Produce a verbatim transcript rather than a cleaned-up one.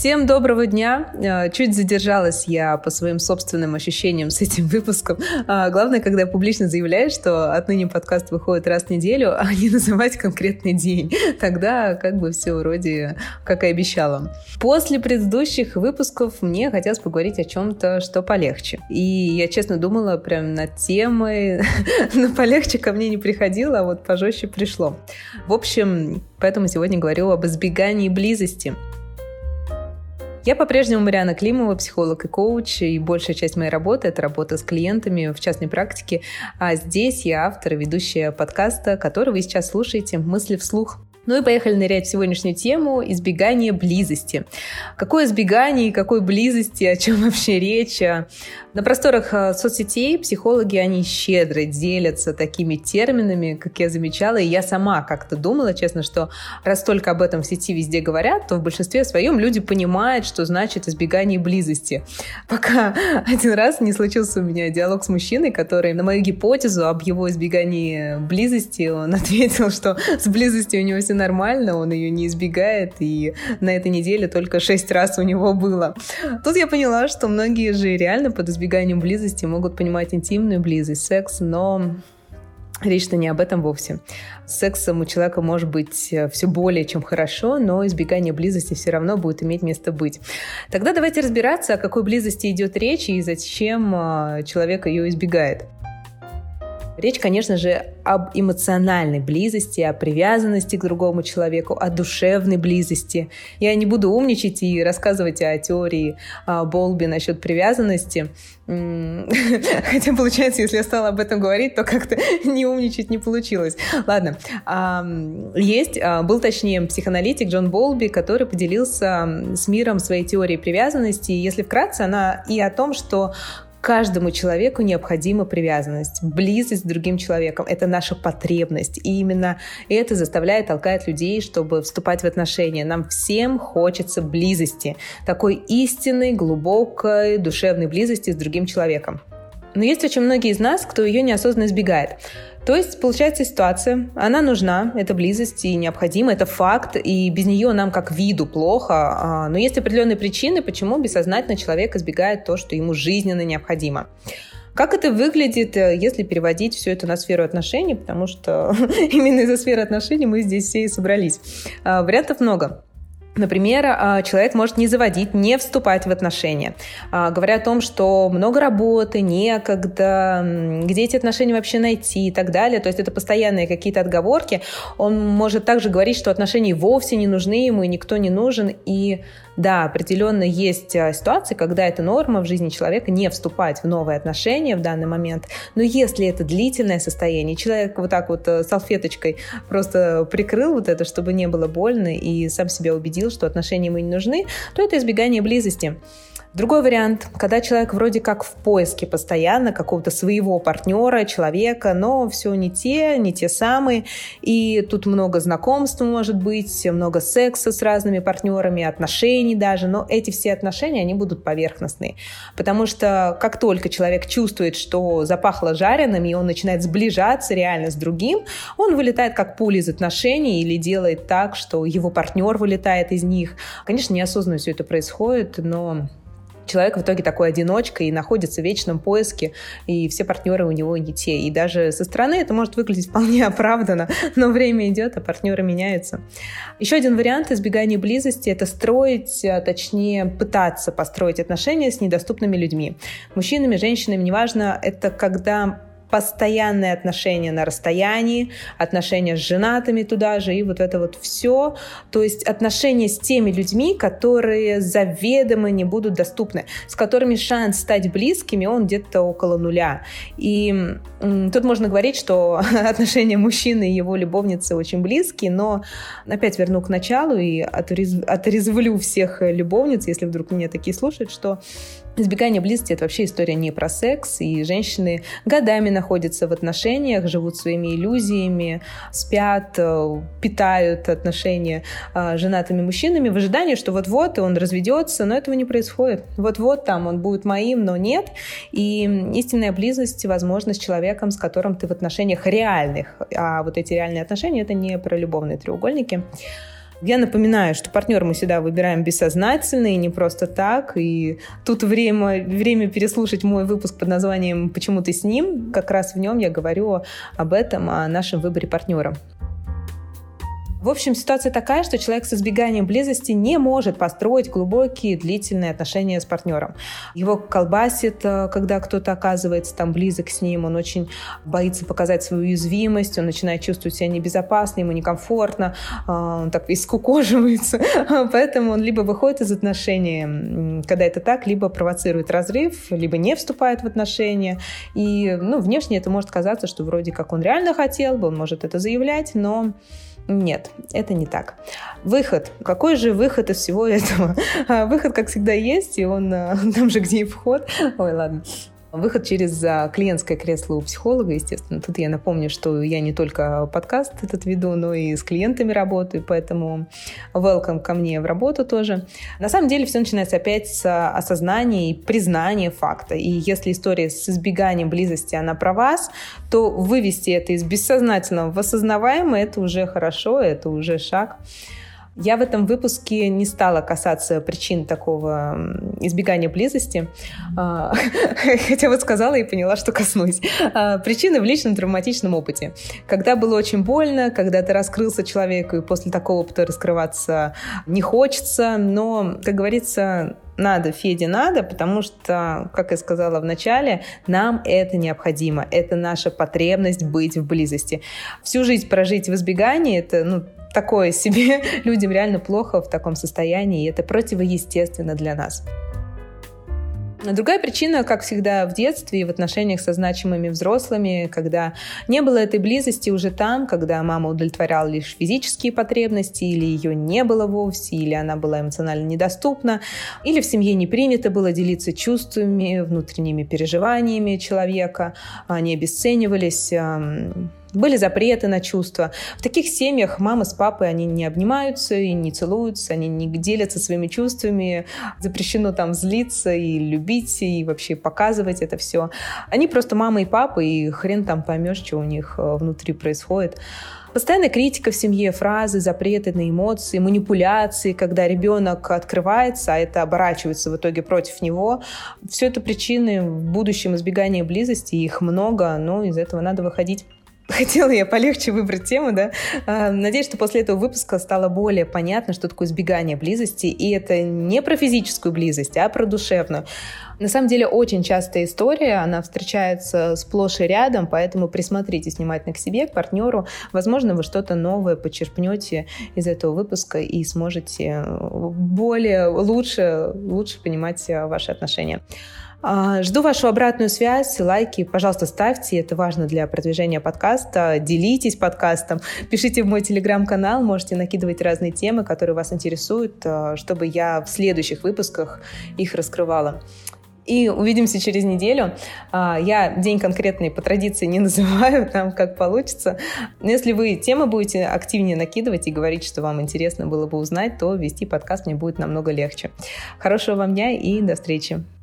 Всем доброго дня. Чуть задержалась я по своим собственным ощущениям с этим выпуском. Главное, когда я публично заявляю, что отныне подкаст выходит раз в неделю, а не называть конкретный день. Тогда как бы все вроде как и обещала. После предыдущих выпусков мне хотелось поговорить о чем-то, что полегче. И я честно думала прям над темой, но полегче ко мне не приходило, а вот пожестче пришло. В общем, поэтому сегодня говорю об избегании близости. Я по-прежнему Марианна Климова, психолог и коуч, и большая часть моей работы — это работа с клиентами в частной практике, а здесь я автор и ведущая подкаста, который вы сейчас слушаете «Мысли вслух». Ну и поехали нырять в сегодняшнюю тему — избегание близости. Какое избегание и какой близости, о чем вообще речь? На просторах соцсетей психологи, они щедро делятся такими терминами, как я замечала, и я сама как-то думала, честно, что раз только об этом в сети везде говорят, то в большинстве своем люди понимают, что значит избегание близости. Пока один раз не случился у меня диалог с мужчиной, который на мою гипотезу об его избегании близости, он ответил, что с близостью у него все нормально, он ее не избегает, и на этой неделе только шесть раз у него было. Тут я поняла, что многие же реально под избеганием близости могут понимать интимную близость, секс, но речь-то не об этом вовсе. С сексом у человека может быть все более чем хорошо, но избегание близости все равно будет иметь место быть. Тогда давайте разбираться, о какой близости идет речь и зачем человек ее избегает. Речь, конечно же, об эмоциональной близости, о привязанности к другому человеку, о душевной близости. Я не буду умничать и рассказывать о теории Болби насчет привязанности. Хотя, получается, если я стала об этом говорить, то как-то не умничать не получилось. Ладно. Есть, был, точнее, психоаналитик Джон Болби, который поделился с миром своей теорией привязанности. Если вкратце, она и о том, что каждому человеку необходима привязанность, близость с другим человеком. Это наша потребность. И именно это заставляет, толкает людей, чтобы вступать в отношения. Нам всем хочется близости. Такой истинной, глубокой, душевной близости с другим человеком. Но есть очень многие из нас, кто ее неосознанно избегает. То есть, получается ситуация, она нужна, это близость и необходима, это факт, и без нее нам как виду плохо, но есть определенные причины, почему бессознательно человек избегает то, что ему жизненно необходимо. Как это выглядит, если переводить все это на сферу отношений, потому что именно из-за сферы отношений мы здесь все и собрались. Вариантов много. Например, человек может не заводить, не вступать в отношения, говоря о том, что много работы, некогда, где эти отношения вообще найти и так далее. То есть это постоянные какие-то отговорки. Он может также говорить, что отношения вовсе не нужны ему и никто не нужен. И да, определенно есть ситуации, когда это норма в жизни человека не вступать в новые отношения в данный момент. Но если это длительное состояние, человек вот так вот салфеточкой просто прикрыл вот это, чтобы не было больно, и сам себя убедил, что отношения ему не нужны, то это избегание близости. Другой вариант, когда человек вроде как в поиске постоянно какого-то своего партнера, человека, но все не те, не те самые, и тут много знакомств может быть, много секса с разными партнерами, отношений даже, но эти все отношения, они будут поверхностные, потому что как только человек чувствует, что запахло жареным, и он начинает сближаться реально с другим, он вылетает как пуля из отношений или делает так, что его партнер вылетает из них. Конечно, неосознанно все это происходит, но человек в итоге такой одиночка и находится в вечном поиске, и все партнеры у него не те. И даже со стороны это может выглядеть вполне оправданно, но время идет, а партнеры меняются. Еще один вариант избегания близости — это строить, точнее, пытаться построить отношения с недоступными людьми. Мужчинами, женщинами, неважно, это когда постоянные отношения на расстоянии, отношения с женатыми туда же, и вот это вот все. То есть отношения с теми людьми, которые заведомо не будут доступны, с которыми шанс стать близкими, он где-то около нуля. И м, тут можно говорить, что отношения мужчины и его любовницы очень близкие, но опять верну к началу и отрез... отрезвлю всех любовниц, если вдруг меня такие слушают, что избегание близости — это вообще история не про секс, и женщины годами находятся в отношениях, живут своими иллюзиями, спят, питают отношения с женатыми мужчинами в ожидании, что вот-вот он разведется, но этого не происходит. Вот-вот там он будет моим, но нет. И истинная близость возможна с человеком, с которым ты в отношениях реальных, а вот эти реальные отношения — это не про любовные треугольники. Я напоминаю, что партнера мы всегда выбираем бессознательно и не просто так. И тут время, время переслушать мой выпуск под названием «Почему ты с ним?». Как раз в нем я говорю об этом, о нашем выборе партнера. В общем, ситуация такая, что человек с избеганием близости не может построить глубокие, длительные отношения с партнером. Его колбасит, когда кто-то оказывается там близок с ним, он очень боится показать свою уязвимость, он начинает чувствовать себя небезопасно, ему некомфортно, он так весь скукоживается. Поэтому он либо выходит из отношений, когда это так, либо провоцирует разрыв, либо не вступает в отношения. И ну, внешне это может казаться, что вроде как он реально хотел бы, он может это заявлять, но нет, это не так. Выход. Какой же выход из всего этого? Выход, как всегда, есть, и он там же, где и вход. Ой, ладно. Выход через клиентское кресло у психолога, естественно. Тут я напомню, что я не только подкаст этот веду, но и с клиентами работаю, поэтому welcome ко мне в работу тоже. На самом деле все начинается опять с осознания и признания факта. И если история с избеганием близости, она про вас, то вывести это из бессознательного в осознаваемое, это уже хорошо, это уже шаг. Я в этом выпуске не стала касаться причин такого избегания близости, хотя вот сказала и поняла, что коснусь. Причины в личном травматичном опыте. Когда было очень больно, когда ты раскрылся человеку, и после такого опыта раскрываться не хочется, но, как говорится, надо, Феде, надо, потому что, как я сказала в начале, нам это необходимо. Это наша потребность быть в близости. Всю жизнь прожить в избегании – это, ну, такое себе. Людям реально плохо в таком состоянии, и это противоестественно для нас. Другая причина, как всегда в детстве и в отношениях со значимыми взрослыми, когда не было этой близости уже там, когда мама удовлетворяла лишь физические потребности, или ее не было вовсе, или она была эмоционально недоступна, или в семье не принято было делиться чувствами, внутренними переживаниями человека, они обесценивались, были запреты на чувства. В таких семьях мама с папой, они не обнимаются и не целуются, они не делятся своими чувствами. Запрещено там злиться и любить, и вообще показывать это все. Они просто мама и папа, и хрен там поймешь, что у них внутри происходит. Постоянная критика в семье, фразы, запреты на эмоции, манипуляции, когда ребенок открывается, а это оборачивается в итоге против него. Все это причины в будущем избегания близости, их много, но из этого надо выходить. Хотела я полегче выбрать тему, да. Надеюсь, что после этого выпуска стало более понятно, что такое избегание близости. И это не про физическую близость, а про душевную. На самом деле, очень частая история, она встречается сплошь и рядом, поэтому присмотритесь внимательно к себе, к партнеру. Возможно, вы что-то новое почерпнете из этого выпуска и сможете более, лучше, лучше понимать ваши отношения. Жду вашу обратную связь, лайки, пожалуйста, ставьте, это важно для продвижения подкаста, делитесь подкастом, пишите в мой телеграм-канал, можете накидывать разные темы, которые вас интересуют, чтобы я в следующих выпусках их раскрывала. И увидимся через неделю. Я день конкретный по традиции не называю, там как получится. Но если вы темы будете активнее накидывать и говорить, что вам интересно было бы узнать, то вести подкаст мне будет намного легче. Хорошего вам дня и до встречи.